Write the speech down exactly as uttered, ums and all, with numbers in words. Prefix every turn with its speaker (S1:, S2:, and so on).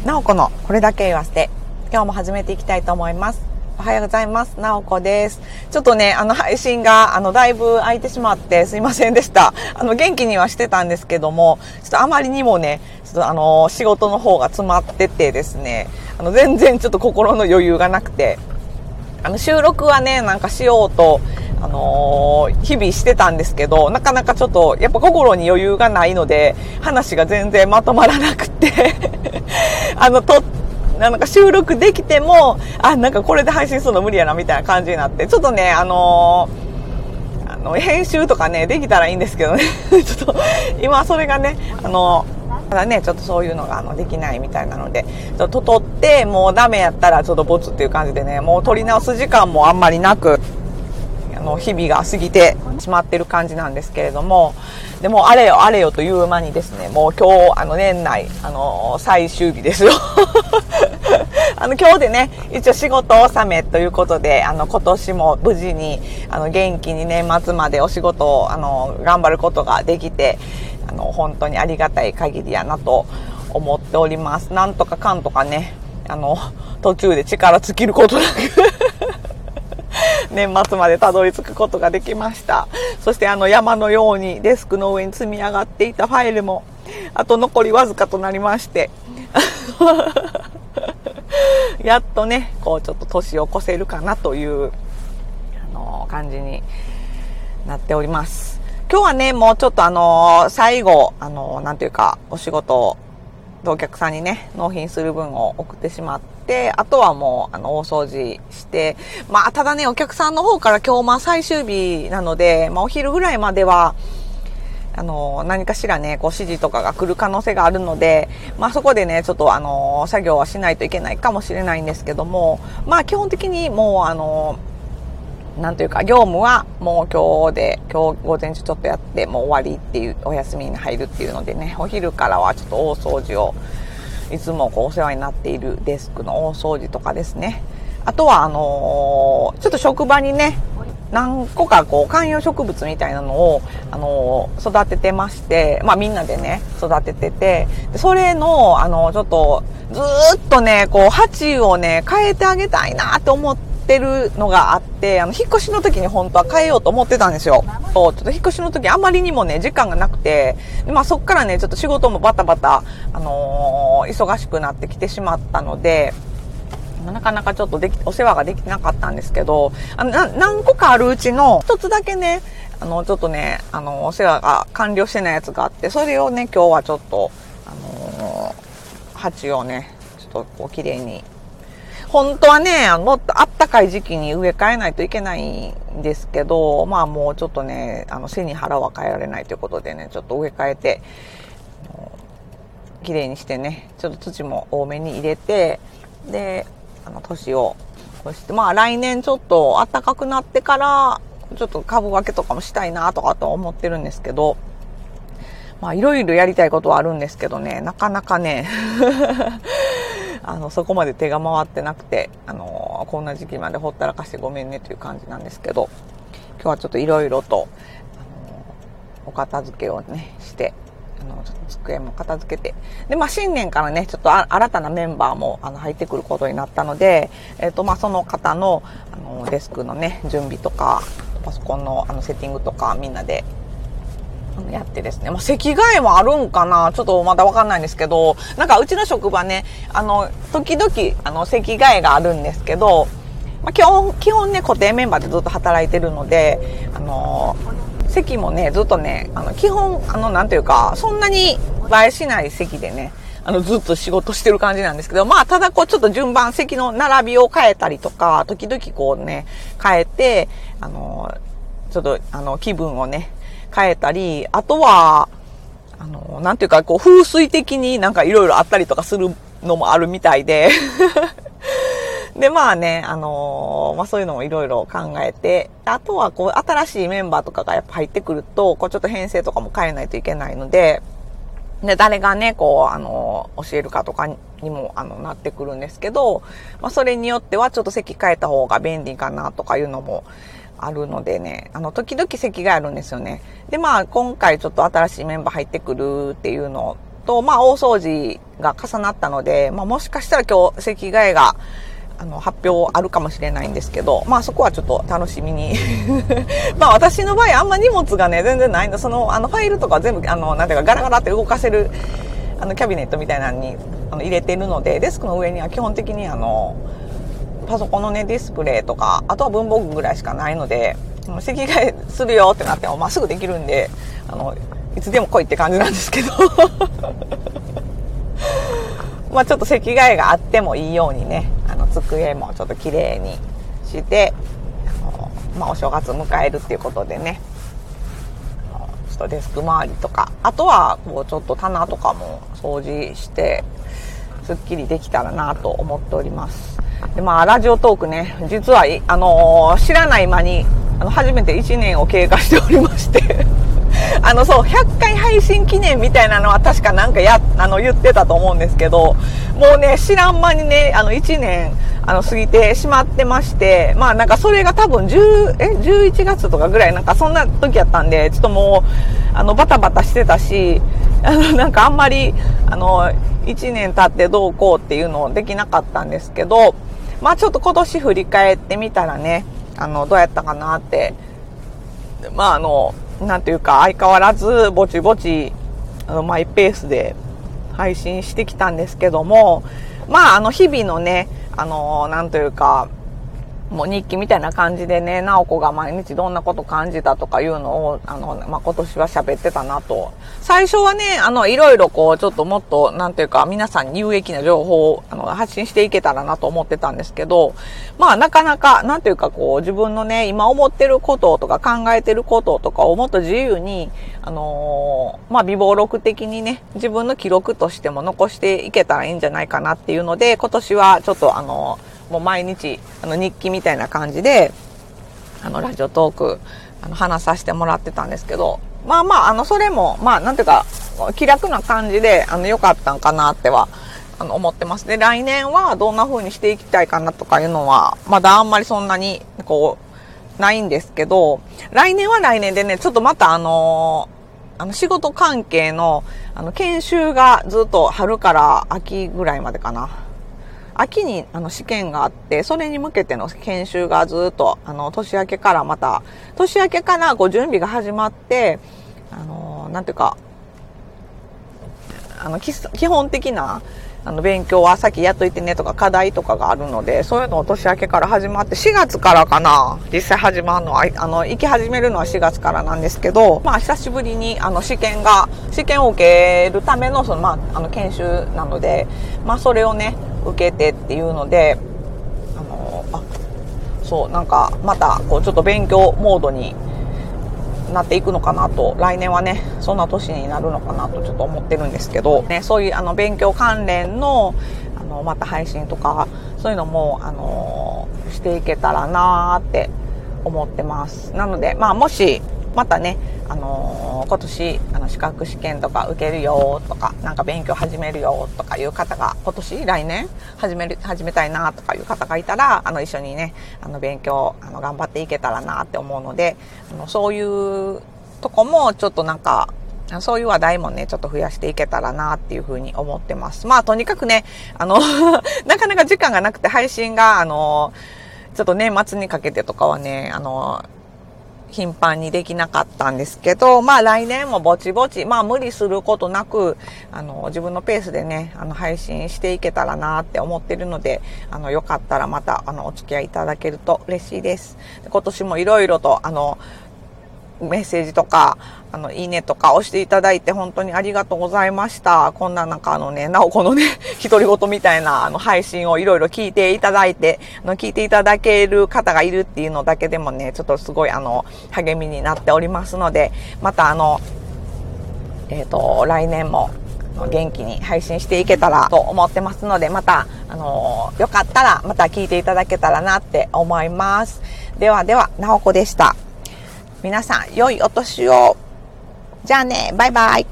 S1: なおこのこれだけ言わせて、今日も始めていきたいと思います。おはようございます。なおこです。ちょっとね、あの配信があのだいぶ空いてしまってすいませんでした。あの元気にはしてたんですけども、ちょっとあまりにもね、ちょっとあの仕事の方が詰まっててですね、あの全然ちょっと心の余裕がなくて、あの収録はね、なんかしようとあのー、日々してたんですけど、なかなかちょっとやっぱ心に余裕がないので話が全然まとまらなくてあのとなんか収録できてもあなんかこれで配信するの無理やなみたいな感じになって、ちょっとねあのー、あの編集とかねできたらいいんですけどねちょっと今それがねあのただねちょっとそういうのがあのできないみたいなので、ちょっと撮ってもうダメやったらちょっとボツっていう感じでね、もう撮り直す時間もあんまりなく、あの日々が過ぎてしまってる感じなんですけれども、でもあれよあれよという間にですね、もう今日あの年内あの最終日ですよあの今日でね一応仕事納めということで、あの今年も無事にあの元気に年末までお仕事をあの頑張ることができて、あの本当にありがたい限りやなと思っております。なんとかかんとかね、あの途中で力尽きることなく年末までたどり着くことができました。そしてあの山のようにデスクの上に積み上がっていたファイルもあと残りわずかとなりましてやっとねこうちょっと年を越せるかなというあの感じになっております。今日はねもうちょっとあの最後あのなんていうかお仕事をお客さんにね納品する分を送ってしまって、あとはもうあの大掃除して、まあただねお客さんの方から今日まあ最終日なので、まあお昼ぐらいまではあの何かしらねこう指示とかが来る可能性があるので、まあそこでねちょっとあの作業はしないといけないかもしれないんですけども、まあ基本的にもうあのなんというか業務はもう今日で今日午前中ちょっとやってもう終わりっていう、お休みに入るっていうのでね、お昼からはちょっと大掃除をいつもこうお世話になっているデスクの大掃除とかですね、あとはあのー、ちょっと職場にね何個かこう観葉植物みたいなのを、あのー、育ててまして、まあみんなでね育ててて、それのあのちょっとずーっとねこう鉢をね変えてあげたいなと思っててるのがあって、あの引っ越しの時に本当は変えようと思ってたんですよ。ちょっと引っ越しの時あまりにもね時間がなくて、まあそっからねちょっと仕事もバタバタあのー、忙しくなってきてしまったので、なかなかちょっとできお世話ができなかったんですけど、あのな何個かあるうちの一つだけねあのちょっとねあのお世話が完了してないやつがあって、それをね今日はちょっとあのー、鉢をねちょっとこう綺麗に、本当はね、もっとあったかい時期に植え替えないといけないんですけど、まあもうちょっとね、あの背に腹は変えられないということでね、ちょっと植え替えて、綺麗にしてね、ちょっと土も多めに入れて、で、あの年を越して、まあ来年ちょっと暖かくなってから、ちょっと株分けとかもしたいなとかと思ってるんですけど、まあいろいろやりたいことはあるんですけどね、なかなかね、あのそこまで手が回ってなくて、あのこんな時期までほったらかしてごめんねという感じなんですけど、今日はちょっといろいろとあのお片付けをねしてあのちょっと机も片付けて、でまあ新年からねちょっとあ新たなメンバーもあの入ってくることになったので、えっとまあその方のあのデスクのね準備とかパソコンのあのセッティングとかみんなでやってですね、まあ、席替えもあるんかなちょっとまだわかんないんですけど、なんかうちの職場ねあの時々あの席替えがあるんですけど、まあ、基本基本ね固定メンバーでずっと働いてるので、あの席もねずっとねあの基本あのなんていうかそんなに映えしない席でねあのずっと仕事してる感じなんですけど、まあただこうちょっと順番席の並びを変えたりとか時々こうね変えてあのちょっとあの気分をね変えたり、あとはあのなんていうかこう風水的になんかいろいろあったりとかするのもあるみたいででまあねあのー、まあそういうのもいろいろ考えて、あとはこう新しいメンバーとかがやっぱ入ってくるとこうちょっと編成とかも変えないといけないので、で誰がねこうあのー、教えるかとかにもあのなってくるんですけど、まあそれによってはちょっと席変えた方が便利かなとかいうのもあるのでね、あの時々席があるんですよね。でまあ今回ちょっと新しいメンバー入ってくるっていうのと、まあ、大掃除が重なったので、まあ、もしかしたら今日、席替えが、あの、発表あるかもしれないんですけど、まあ、そこはちょっと楽しみに。まあ、私の場合、あんま荷物がね、全然ないんだ。その、あの、ファイルとか全部、あの、なんていうか、ガラガラって動かせる、あの、キャビネットみたいなのに、あの、入れてるので、デスクの上には基本的に、あの、パソコンのね、ディスプレイとか、あとは文房具ぐらいしかないので、席替えするよってなっても、まあ、すぐできるんで、あの、いつでも来いって感じなんですけど。まあちょっと席替えがあってもいいようにね、あの机もちょっと綺麗にして、あのまあお正月迎えるっていうことでね、ちょっとデスク周りとか、あとはこうちょっと棚とかも掃除して、すっきりできたらなと思っております。で、まあラジオトークね、実は、あのー、知らない間に、あの、初めていちねんを経過しておりまして、あの、そう、ひゃっかい配信記念みたいなのは確かなんかや、あの、言ってたと思うんですけど、もうね、知らん間にね、あの、いちねん、あの、過ぎてしまってまして、まあなんかそれが多分じゅう、え、じゅういちがつとかぐらいなんかそんな時やったんで、ちょっともう、あの、バタバタしてたし、あの、なんかあんまり、あの、いちねん経ってどうこうっていうのできなかったんですけど、まあちょっと今年振り返ってみたらね、あの、どうやったかなって、まああの、なんていうか相変わらずぼちぼちあのマイペースで配信してきたんですけども、まああの日々のね、あのなんというかもう日記みたいな感じでね、直子が毎日どんなこと感じたとかいうのをあの、まあ、今年は喋ってたなと。最初はね、あのいろいろこうちょっともっとなんていうか皆さんに有益な情報をあの発信していけたらなと思ってたんですけど、まあなかなかなんていうかこう自分のね今思ってることとか考えてることとかをもっと自由にあのー、まあ微暴録的にね自分の記録としても残していけたらいいんじゃないかなっていうので、今年はちょっとあのーもう毎日あの日記みたいな感じであのラジオトークあの話させてもらってたんですけど、まあまああのそれもまあなんていうか気楽な感じであの良かったんかなってはあの思ってます。で来年はどんな風にしていきたいかなとかいうのはまだあんまりそんなにこうないんですけど、来年は来年でねちょっとまたあのあの仕事関係のあの研修がずっと春から秋ぐらいまでかな。秋にあの試験があって、それに向けての研修がずっとあの年明けからまた年明けからこう準備が始まって、あのなんていうかあの基本的なあの勉強は先やっといてねとか課題とかがあるので、そういうのを年明けから始まってしがつからかな、実際始まるのはあの行き始めるのはしがつからなんですけど、まあ久しぶりにあの試験が試験を受けるためのそのまああの研修なので、まあそれをね受けてっていうので、あのあそうなんかまたこうちょっと勉強モードになっていくのかなと、来年はねそんな年になるのかなとちょっと思ってるんですけど、ね、そういうあの勉強関連のあのまた配信とかそういうのもあのしていけたらなーって思ってます。なのでまあもしまたねあのー、今年あの資格試験とか受けるよとかなんか勉強始めるよとかいう方が今年来年始める始めたいなとかいう方がいたらあの一緒にねあの勉強あの頑張っていけたらなって思うので、あのそういうとこもちょっとなんかそういう話題もねちょっと増やしていけたらなっていうふうに思ってます。まあとにかくねあのなかなか時間がなくて配信があのちょっと年末にかけてとかはねあの頻繁にできなかったんですけど、まあ来年もぼちぼち、まあ無理することなく、あの、自分のペースでね、あの、配信していけたらなって思ってるので、あの、よかったらまた、あの、お付き合いいただけると嬉しいです。今年もいろいろと、あの、メッセージとか、あの、いいねとか押していただいて本当にありがとうございました。こんななんかあのね、なおこのね、独り言みたいなあの配信をいろいろ聞いていただいて、あの、聞いていただける方がいるっていうのだけでもね、ちょっとすごいあの、励みになっておりますので、またあの、えっと、来年も元気に配信していけたらと思ってますので、また、あの、よかったらまた聞いていただけたらなって思います。ではでは、なおこでした。皆さん、良いお年を。じゃあね、バイバイ。